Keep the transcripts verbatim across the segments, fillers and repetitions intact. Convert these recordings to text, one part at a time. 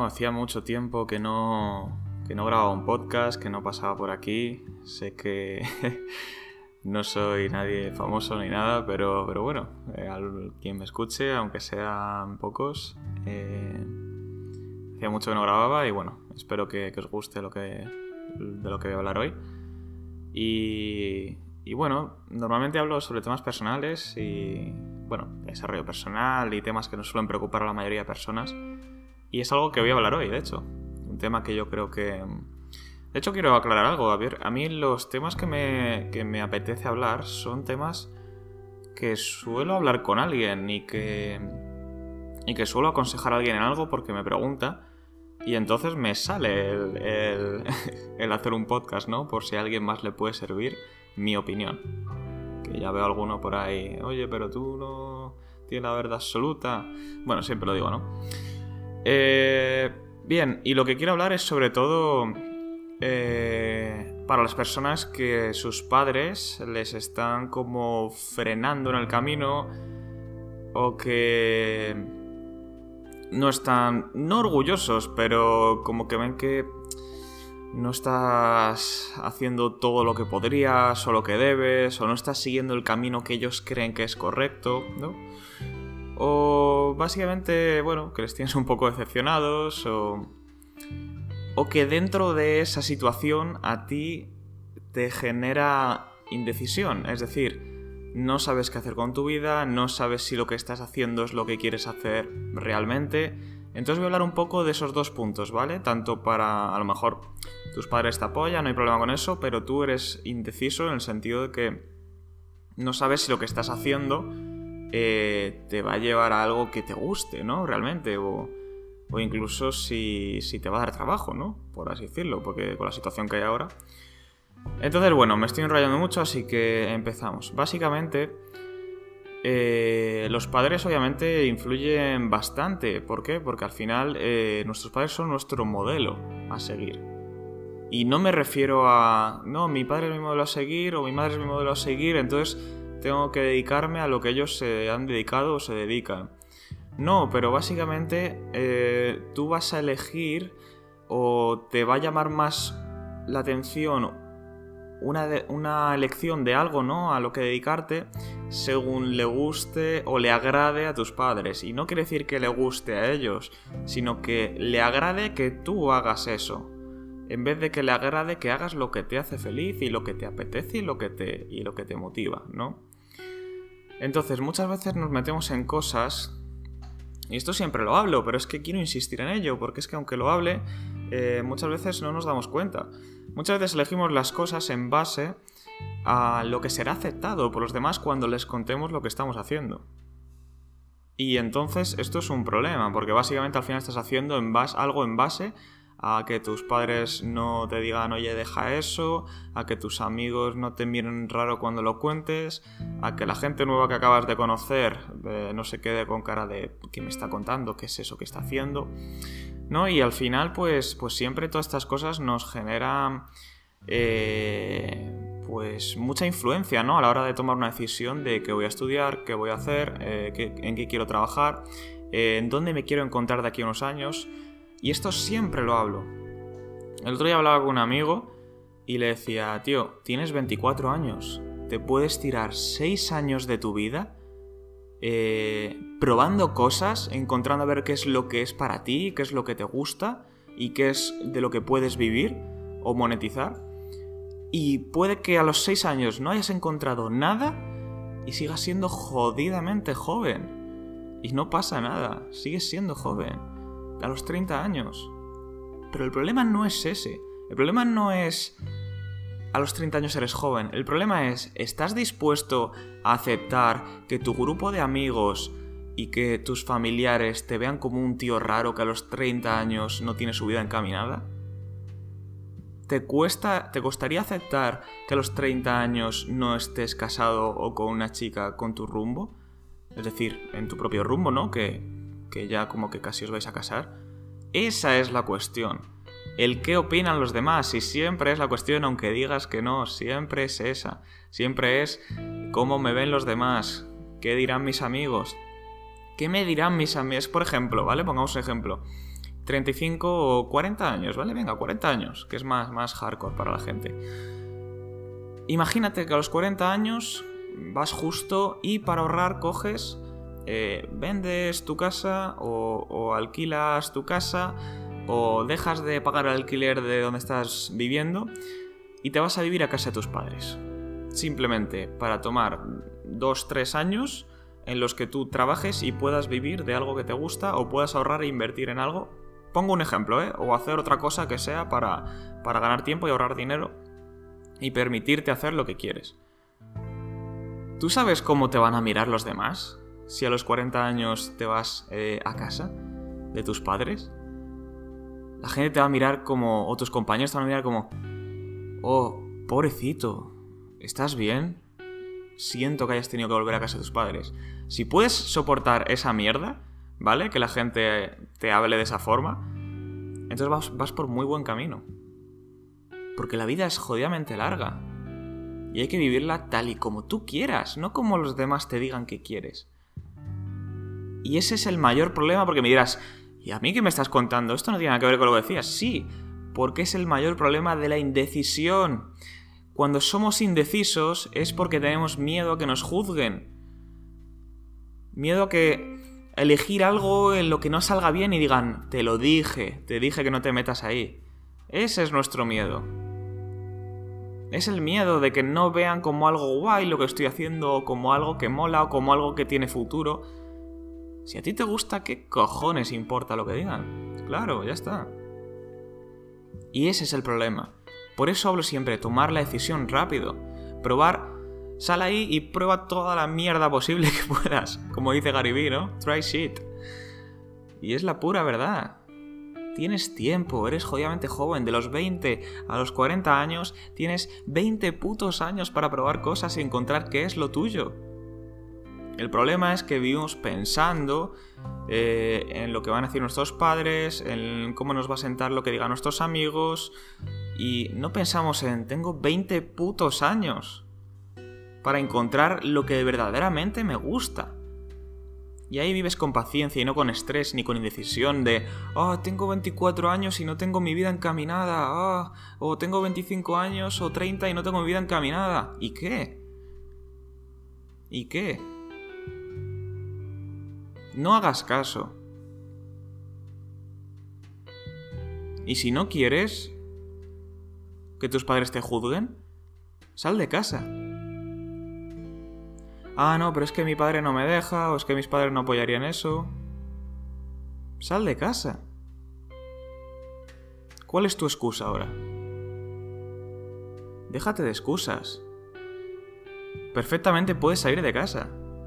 bueno, hacía mucho tiempo que no, que no grababa un podcast, que no pasaba por aquí. Sé que no soy nadie famoso ni nada, pero, pero bueno, eh, al quien me escuche, aunque sean pocos, eh, hacía mucho que no grababa y bueno, espero que, que os guste lo que, de lo que voy a hablar hoy. Y, y bueno, normalmente hablo sobre temas personales y, bueno, desarrollo personal y temas que nos suelen preocupar a la mayoría de personas. Y es algo que voy a hablar hoy, de hecho. Un tema que yo creo que... De hecho, quiero aclarar algo. A ver, a mí los temas que me, que me apetece hablar son temas que suelo hablar con alguien y que, y que suelo aconsejar a alguien en algo porque me pregunta y entonces me sale el, el, el hacer un podcast, ¿no? Por si a alguien más le puede servir mi opinión. Que ya veo alguno por ahí, oye, pero tú no tienes la verdad absoluta. Bueno, siempre lo digo, ¿no? Eh, bien, y lo que quiero hablar es sobre todo eh, para las personas que sus padres les están como frenando en el camino o que no están, no orgullosos, pero como que ven que no estás haciendo todo lo que podrías o lo que debes, o no estás siguiendo el camino que ellos creen que es correcto, ¿no? O básicamente, bueno, que les tienes un poco decepcionados o, o que dentro de esa situación a ti te genera indecisión. Es decir, no sabes qué hacer con tu vida, no sabes si lo que estás haciendo es lo que quieres hacer realmente. Entonces voy a hablar un poco de esos dos puntos, ¿vale? Tanto para, a lo mejor, tus padres te apoyan, no hay problema con eso, pero tú eres indeciso en el sentido de que no sabes si lo que estás haciendo Eh, te va a llevar a algo que te guste, ¿no? Realmente, o, o incluso si, si te va a dar trabajo, ¿no? Por así decirlo, porque con la situación que hay ahora. Entonces, bueno, me estoy enrollando mucho, así que empezamos. Básicamente, eh, los padres obviamente influyen bastante. ¿Por qué? Porque al final eh, nuestros padres son nuestro modelo a seguir. Y no me refiero a, no, mi padre es mi modelo a seguir o mi madre es mi modelo a seguir, entonces tengo que dedicarme a lo que ellos se han dedicado o se dedican. No, pero básicamente eh, tú vas a elegir o te va a llamar más la atención una, de, una elección de algo, ¿no? A lo que dedicarte según le guste o le agrade a tus padres. Y no quiere decir que le guste a ellos, sino que le agrade que tú hagas eso. En vez de que le agrade que hagas lo que te hace feliz y lo que te apetece y lo que te, y lo que te motiva, ¿no? Entonces, muchas veces nos metemos en cosas, y esto siempre lo hablo, pero es que quiero insistir en ello, porque es que aunque lo hable, eh, muchas veces no nos damos cuenta. Muchas veces elegimos las cosas en base a lo que será aceptado por los demás cuando les contemos lo que estamos haciendo. Y entonces esto es un problema, porque básicamente al final estás haciendo en base, algo en base a que tus padres no te digan, oye, deja eso, a que tus amigos no te miren raro cuando lo cuentes, a que la gente nueva que acabas de conocer eh, no se quede con cara de ¿qué me está contando? ¿Qué es eso que está haciendo? ¿No? Y al final, pues, pues siempre todas estas cosas nos generan eh, pues mucha influencia, ¿no? A la hora de tomar una decisión de qué voy a estudiar, qué voy a hacer, eh, qué, en qué quiero trabajar, eh, en dónde me quiero encontrar de aquí a unos años. Y esto siempre lo hablo. El otro día hablaba con un amigo y le decía, tío, tienes veinticuatro años, ¿te puedes tirar seis años de tu vida eh, probando cosas, encontrando a ver qué es lo que es para ti, qué es lo que te gusta y qué es de lo que puedes vivir o monetizar? Y puede que a los seis años no hayas encontrado nada y sigas siendo jodidamente joven. Y no pasa nada, sigues siendo joven. A los treinta años. Pero el problema no es ese. El problema no es a los treinta años eres joven. El problema es, ¿estás dispuesto a aceptar que tu grupo de amigos y que tus familiares te vean como un tío raro que a los treinta años no tiene su vida encaminada? ¿Te cuesta, te costaría aceptar que a los treinta años no estés casado o con una chica con tu rumbo? Es decir, en tu propio rumbo, ¿no? Que... que ya como que casi os vais a casar. Esa es la cuestión. El qué opinan los demás, y siempre es la cuestión, aunque digas que no, siempre es esa. Siempre es cómo me ven los demás, qué dirán mis amigos, qué me dirán mis amigos. Por ejemplo, ¿vale? Pongamos un ejemplo. treinta y cinco o cuarenta años, ¿vale? Venga, cuarenta años, que es más, más hardcore para la gente. Imagínate que a los cuarenta años vas justo y para ahorrar coges, eh, vendes tu casa o, o alquilas tu casa o dejas de pagar el alquiler de donde estás viviendo y te vas a vivir a casa de tus padres. Simplemente para tomar dos, tres años en los que tú trabajes y puedas vivir de algo que te gusta o puedas ahorrar e invertir en algo. Pongo un ejemplo, ¿eh? O hacer otra cosa que sea para, para ganar tiempo y ahorrar dinero y permitirte hacer lo que quieres. ¿Tú sabes cómo te van a mirar los demás si a los cuarenta años te vas eh, a casa de tus padres? La gente te va a mirar como, o tus compañeros te van a mirar como, oh, pobrecito, ¿estás bien? Siento que hayas tenido que volver a casa de tus padres. Si puedes soportar esa mierda, ¿vale? Que la gente te hable de esa forma, entonces vas, vas por muy buen camino. Porque la vida es jodidamente larga. Y hay que vivirla tal y como tú quieras, no como los demás te digan que quieres. Y ese es el mayor problema, porque me dirás, ¿y a mí qué me estás contando? Esto no tiene nada que ver con lo que decías. Sí, porque es el mayor problema de la indecisión. Cuando somos indecisos es porque tenemos miedo a que nos juzguen. Miedo a que elegir algo en lo que no salga bien y digan, te lo dije, te dije que no te metas ahí. Ese es nuestro miedo. Es el miedo de que no vean como algo guay lo que estoy haciendo, o como algo que mola, o como algo que tiene futuro. Si a ti te gusta, ¿qué cojones importa lo que digan? Claro, ya está. Y ese es el problema. Por eso hablo siempre, tomar la decisión rápido. Probar, sal ahí y prueba toda la mierda posible que puedas. Como dice Gary Vee, ¿no? Try shit. Y es la pura verdad. Tienes tiempo, eres jodidamente joven. De los veinte a los cuarenta años, tienes veinte putos años para probar cosas y encontrar qué es lo tuyo. El problema es que vivimos pensando eh, en lo que van a decir nuestros padres, en cómo nos va a sentar lo que digan nuestros amigos, y no pensamos en, tengo veinte putos años para encontrar lo que verdaderamente me gusta. Y ahí vives con paciencia y no con estrés ni con indecisión de oh, tengo veinticuatro años y no tengo mi vida encaminada, oh, o tengo veinticinco años o treinta y no tengo mi vida encaminada. ¿Y qué? ¿Y qué? No hagas caso. Y si no quieres que tus padres te juzguen, sal de casa. Ah, no, pero es que mi padre no me deja, o es que mis padres no apoyarían eso. Sal de casa. ¿Cuál es tu excusa ahora? Déjate de excusas. Perfectamente puedes salir de casa.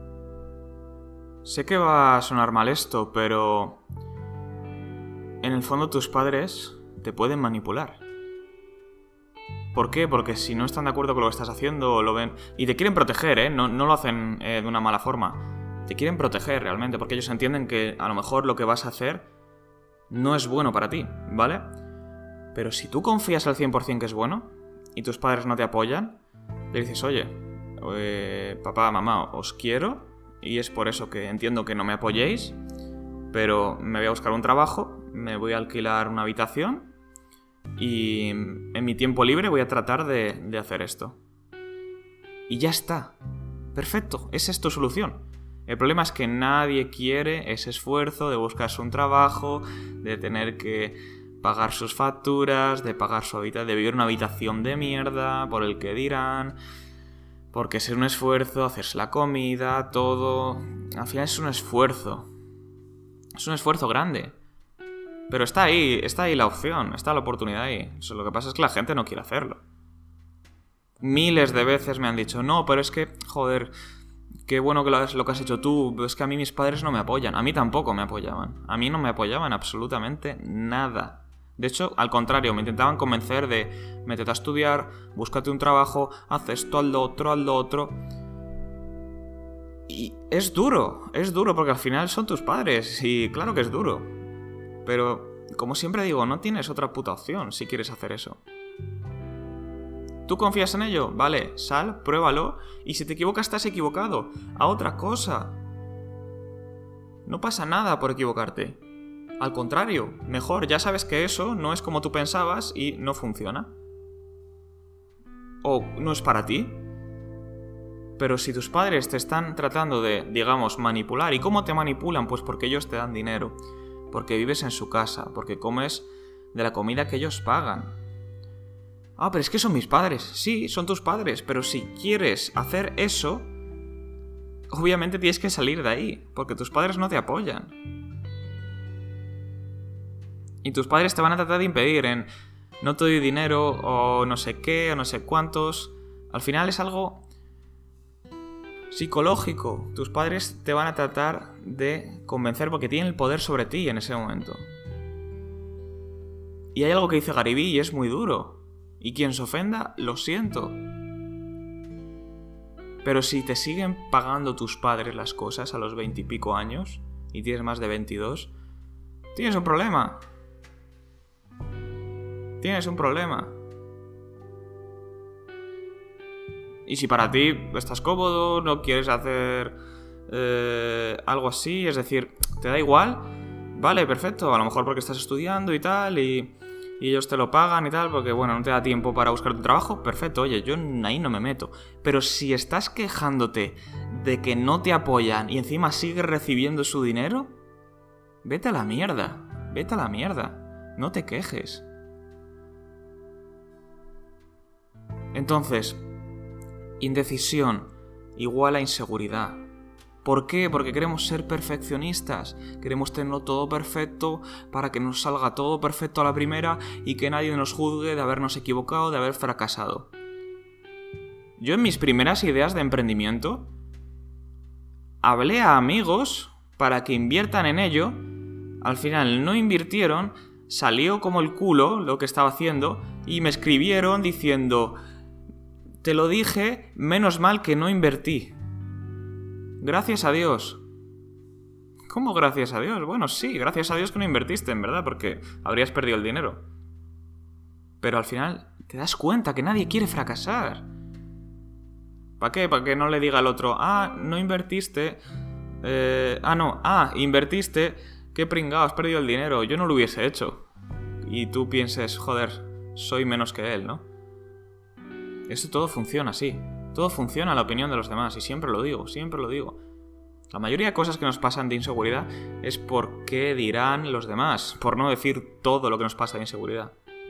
Sé que va a sonar mal esto, pero en el fondo tus padres te pueden manipular. ¿Por qué? Porque si no están de acuerdo con lo que estás haciendo, lo ven y te quieren proteger, ¿eh? No, no lo hacen eh, de una mala forma. Te quieren proteger realmente, porque ellos entienden que a lo mejor lo que vas a hacer no es bueno para ti, ¿vale? Pero si tú confías al cien por ciento que es bueno y tus padres no te apoyan, le dices, oye, eh, papá, mamá, os quiero y es por eso que entiendo que no me apoyéis, pero me voy a buscar un trabajo, me voy a alquilar una habitación y en mi tiempo libre voy a tratar de, de hacer esto. Y ya está. Perfecto, esa es tu solución. El problema es que nadie quiere ese esfuerzo de buscarse un trabajo, de tener que pagar sus facturas, de pagar su habitación, de vivir en una habitación de mierda, por el que dirán, porque es un esfuerzo, hacerse la comida, todo. Al final es un esfuerzo. Es un esfuerzo grande. Pero está ahí, está ahí la opción, está la oportunidad ahí. Eso, lo que pasa es que la gente no quiere hacerlo. Miles de veces me han dicho, no, pero es que, joder, qué bueno que lo, has, lo que has hecho tú, es que a mí mis padres no me apoyan. A mí tampoco me apoyaban. A mí no me apoyaban absolutamente nada. De hecho, al contrario, me intentaban convencer de, métete a estudiar, búscate un trabajo, haz esto, haz lo otro, haz lo otro. Y es duro, es duro porque al final son tus padres y claro que es duro. Pero, como siempre digo, no tienes otra puta opción si quieres hacer eso. ¿Tú confías en ello? Vale, sal, pruébalo. Y si te equivocas, estás equivocado. A otra cosa. No pasa nada por equivocarte. Al contrario, mejor, ya sabes que eso no es como tú pensabas y no funciona. O no es para ti. Pero si tus padres te están tratando de, digamos, manipular, ¿y cómo te manipulan? Pues porque ellos te dan dinero, porque vives en su casa, porque comes de la comida que ellos pagan. Ah, pero es que son mis padres. Sí, son tus padres, pero si quieres hacer eso, obviamente tienes que salir de ahí, porque tus padres no te apoyan. Y tus padres te van a tratar de impedir en no te doy dinero, o no sé qué, o no sé cuántos. Al final es algo psicológico. Tus padres te van a tratar de convencer porque tienen el poder sobre ti en ese momento. Y hay algo que dice Gary Vee y es muy duro. Y quien se ofenda, lo siento. Pero si te siguen pagando tus padres las cosas a los veintipico años y tienes más de veintidós, tienes un problema. Tienes un problema. Y si para ti estás cómodo, no quieres hacer eh, algo así, es decir, te da igual, vale, perfecto, a lo mejor porque estás estudiando y tal, y, y ellos te lo pagan y tal, porque bueno, no te da tiempo para buscar tu trabajo, perfecto, oye, yo ahí no me meto. Pero si estás quejándote de que no te apoyan y encima sigues recibiendo su dinero, vete a la mierda, vete a la mierda, no te quejes. Entonces, indecisión igual a inseguridad. ¿Por qué? Porque queremos ser perfeccionistas. Queremos tenerlo todo perfecto para que nos salga todo perfecto a la primera y que nadie nos juzgue de habernos equivocado, de haber fracasado. Yo en mis primeras ideas de emprendimiento hablé a amigos para que inviertan en ello. Al final no invirtieron, salió como el culo lo que estaba haciendo y me escribieron diciendo: te lo dije, menos mal que no invertí. Gracias a Dios. ¿Cómo gracias a Dios? Bueno, sí, gracias a Dios que no invertiste, en verdad, porque habrías perdido el dinero. Pero al final te das cuenta que nadie quiere fracasar. ¿Para qué? Para que no le diga al otro: ah, no invertiste. Eh, ah, no, ah, invertiste. Qué pringao, has perdido el dinero. Yo no lo hubiese hecho. Y tú pienses: joder, soy menos que él, ¿no? Eso todo funciona así. Todo funciona a la opinión de los demás. Y siempre lo digo, siempre lo digo. La mayoría de cosas que nos pasan de inseguridad es por qué dirán los demás. Por no decir todo lo que nos pasa de inseguridad.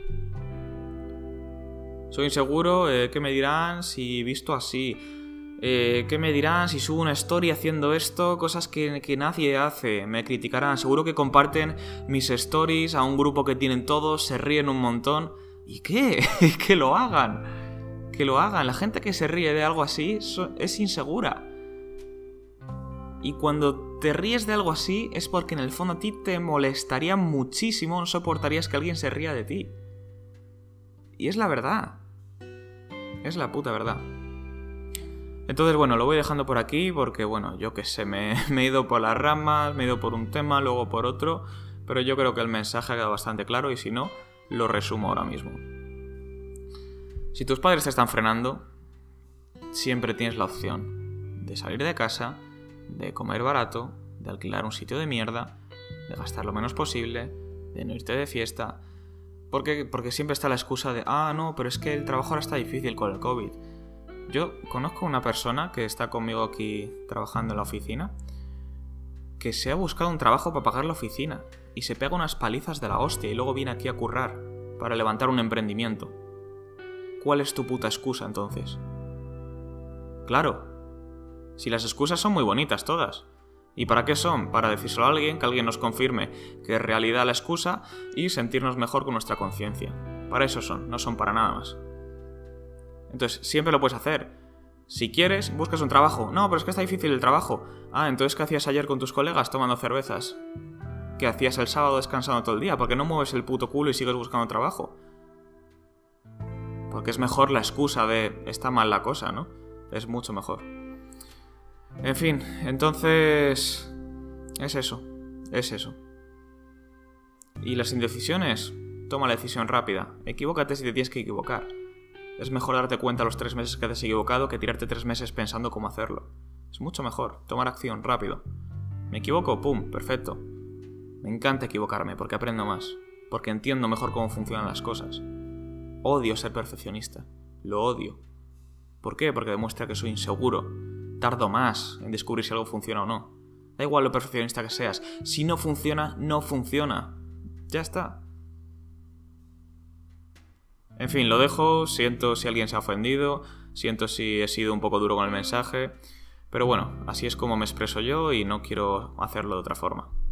Soy inseguro, eh, ¿qué me dirán si visto así? Eh, ¿Qué me dirán si subo una story haciendo esto? Cosas que, que nadie hace. Me criticarán. Seguro que comparten mis stories a un grupo que tienen todos, se ríen un montón. ¿Y qué? Que lo hagan. Que lo hagan. La gente que se ríe de algo así es insegura. Y cuando te ríes de algo así es porque en el fondo a ti te molestaría muchísimo, no soportarías que alguien se ría de ti. Y es la verdad. Es la puta verdad. Entonces, bueno, lo voy dejando por aquí porque, bueno, yo qué sé, me, me he ido por las ramas, me he ido por un tema, luego por otro, pero yo creo que el mensaje ha quedado bastante claro y si no, lo resumo ahora mismo. Si tus padres te están frenando, siempre tienes la opción de salir de casa, de comer barato, de alquilar un sitio de mierda, de gastar lo menos posible, de no irte de fiesta. ¿Por qué? Porque siempre está la excusa de: ah, no, pero es que el trabajo ahora está difícil con el COVID. Yo conozco una persona que está conmigo aquí trabajando en la oficina que se ha buscado un trabajo para pagar la oficina y se pega unas palizas de la hostia y luego viene aquí a currar para levantar un emprendimiento. ¿Cuál es tu puta excusa entonces? Claro, si las excusas son muy bonitas todas. ¿Y para qué son? Para decírselo a alguien, que alguien nos confirme que es realidad la excusa y sentirnos mejor con nuestra conciencia. Para eso son, no son para nada más. Entonces, siempre lo puedes hacer. Si quieres, buscas un trabajo. No, pero es que está difícil el trabajo. Ah, entonces, ¿qué hacías ayer con tus colegas tomando cervezas? ¿Qué hacías el sábado descansando todo el día? ¿Por qué no mueves el puto culo y sigues buscando trabajo? Porque es mejor la excusa de está mal la cosa, ¿no? Es mucho mejor. En fin, entonces... Es eso, es eso. Y las indecisiones, toma la decisión rápida. Equivócate si te tienes que equivocar. Es mejor darte cuenta a los tres meses que te has equivocado que tirarte tres meses pensando cómo hacerlo. Es mucho mejor, tomar acción rápido. ¿Me equivoco? ¡Pum! Perfecto. Me encanta equivocarme porque aprendo más, porque entiendo mejor cómo funcionan las cosas. Odio ser perfeccionista, lo odio. ¿Por qué? Porque demuestra que soy inseguro. Tardo más en descubrir si algo funciona o no. Da igual lo perfeccionista que seas. Si no funciona, no funciona. Ya está. En fin, lo dejo. Siento si alguien se ha ofendido. Siento si he sido un poco duro con el mensaje. Pero bueno, así es como me expreso yo y no quiero hacerlo de otra forma.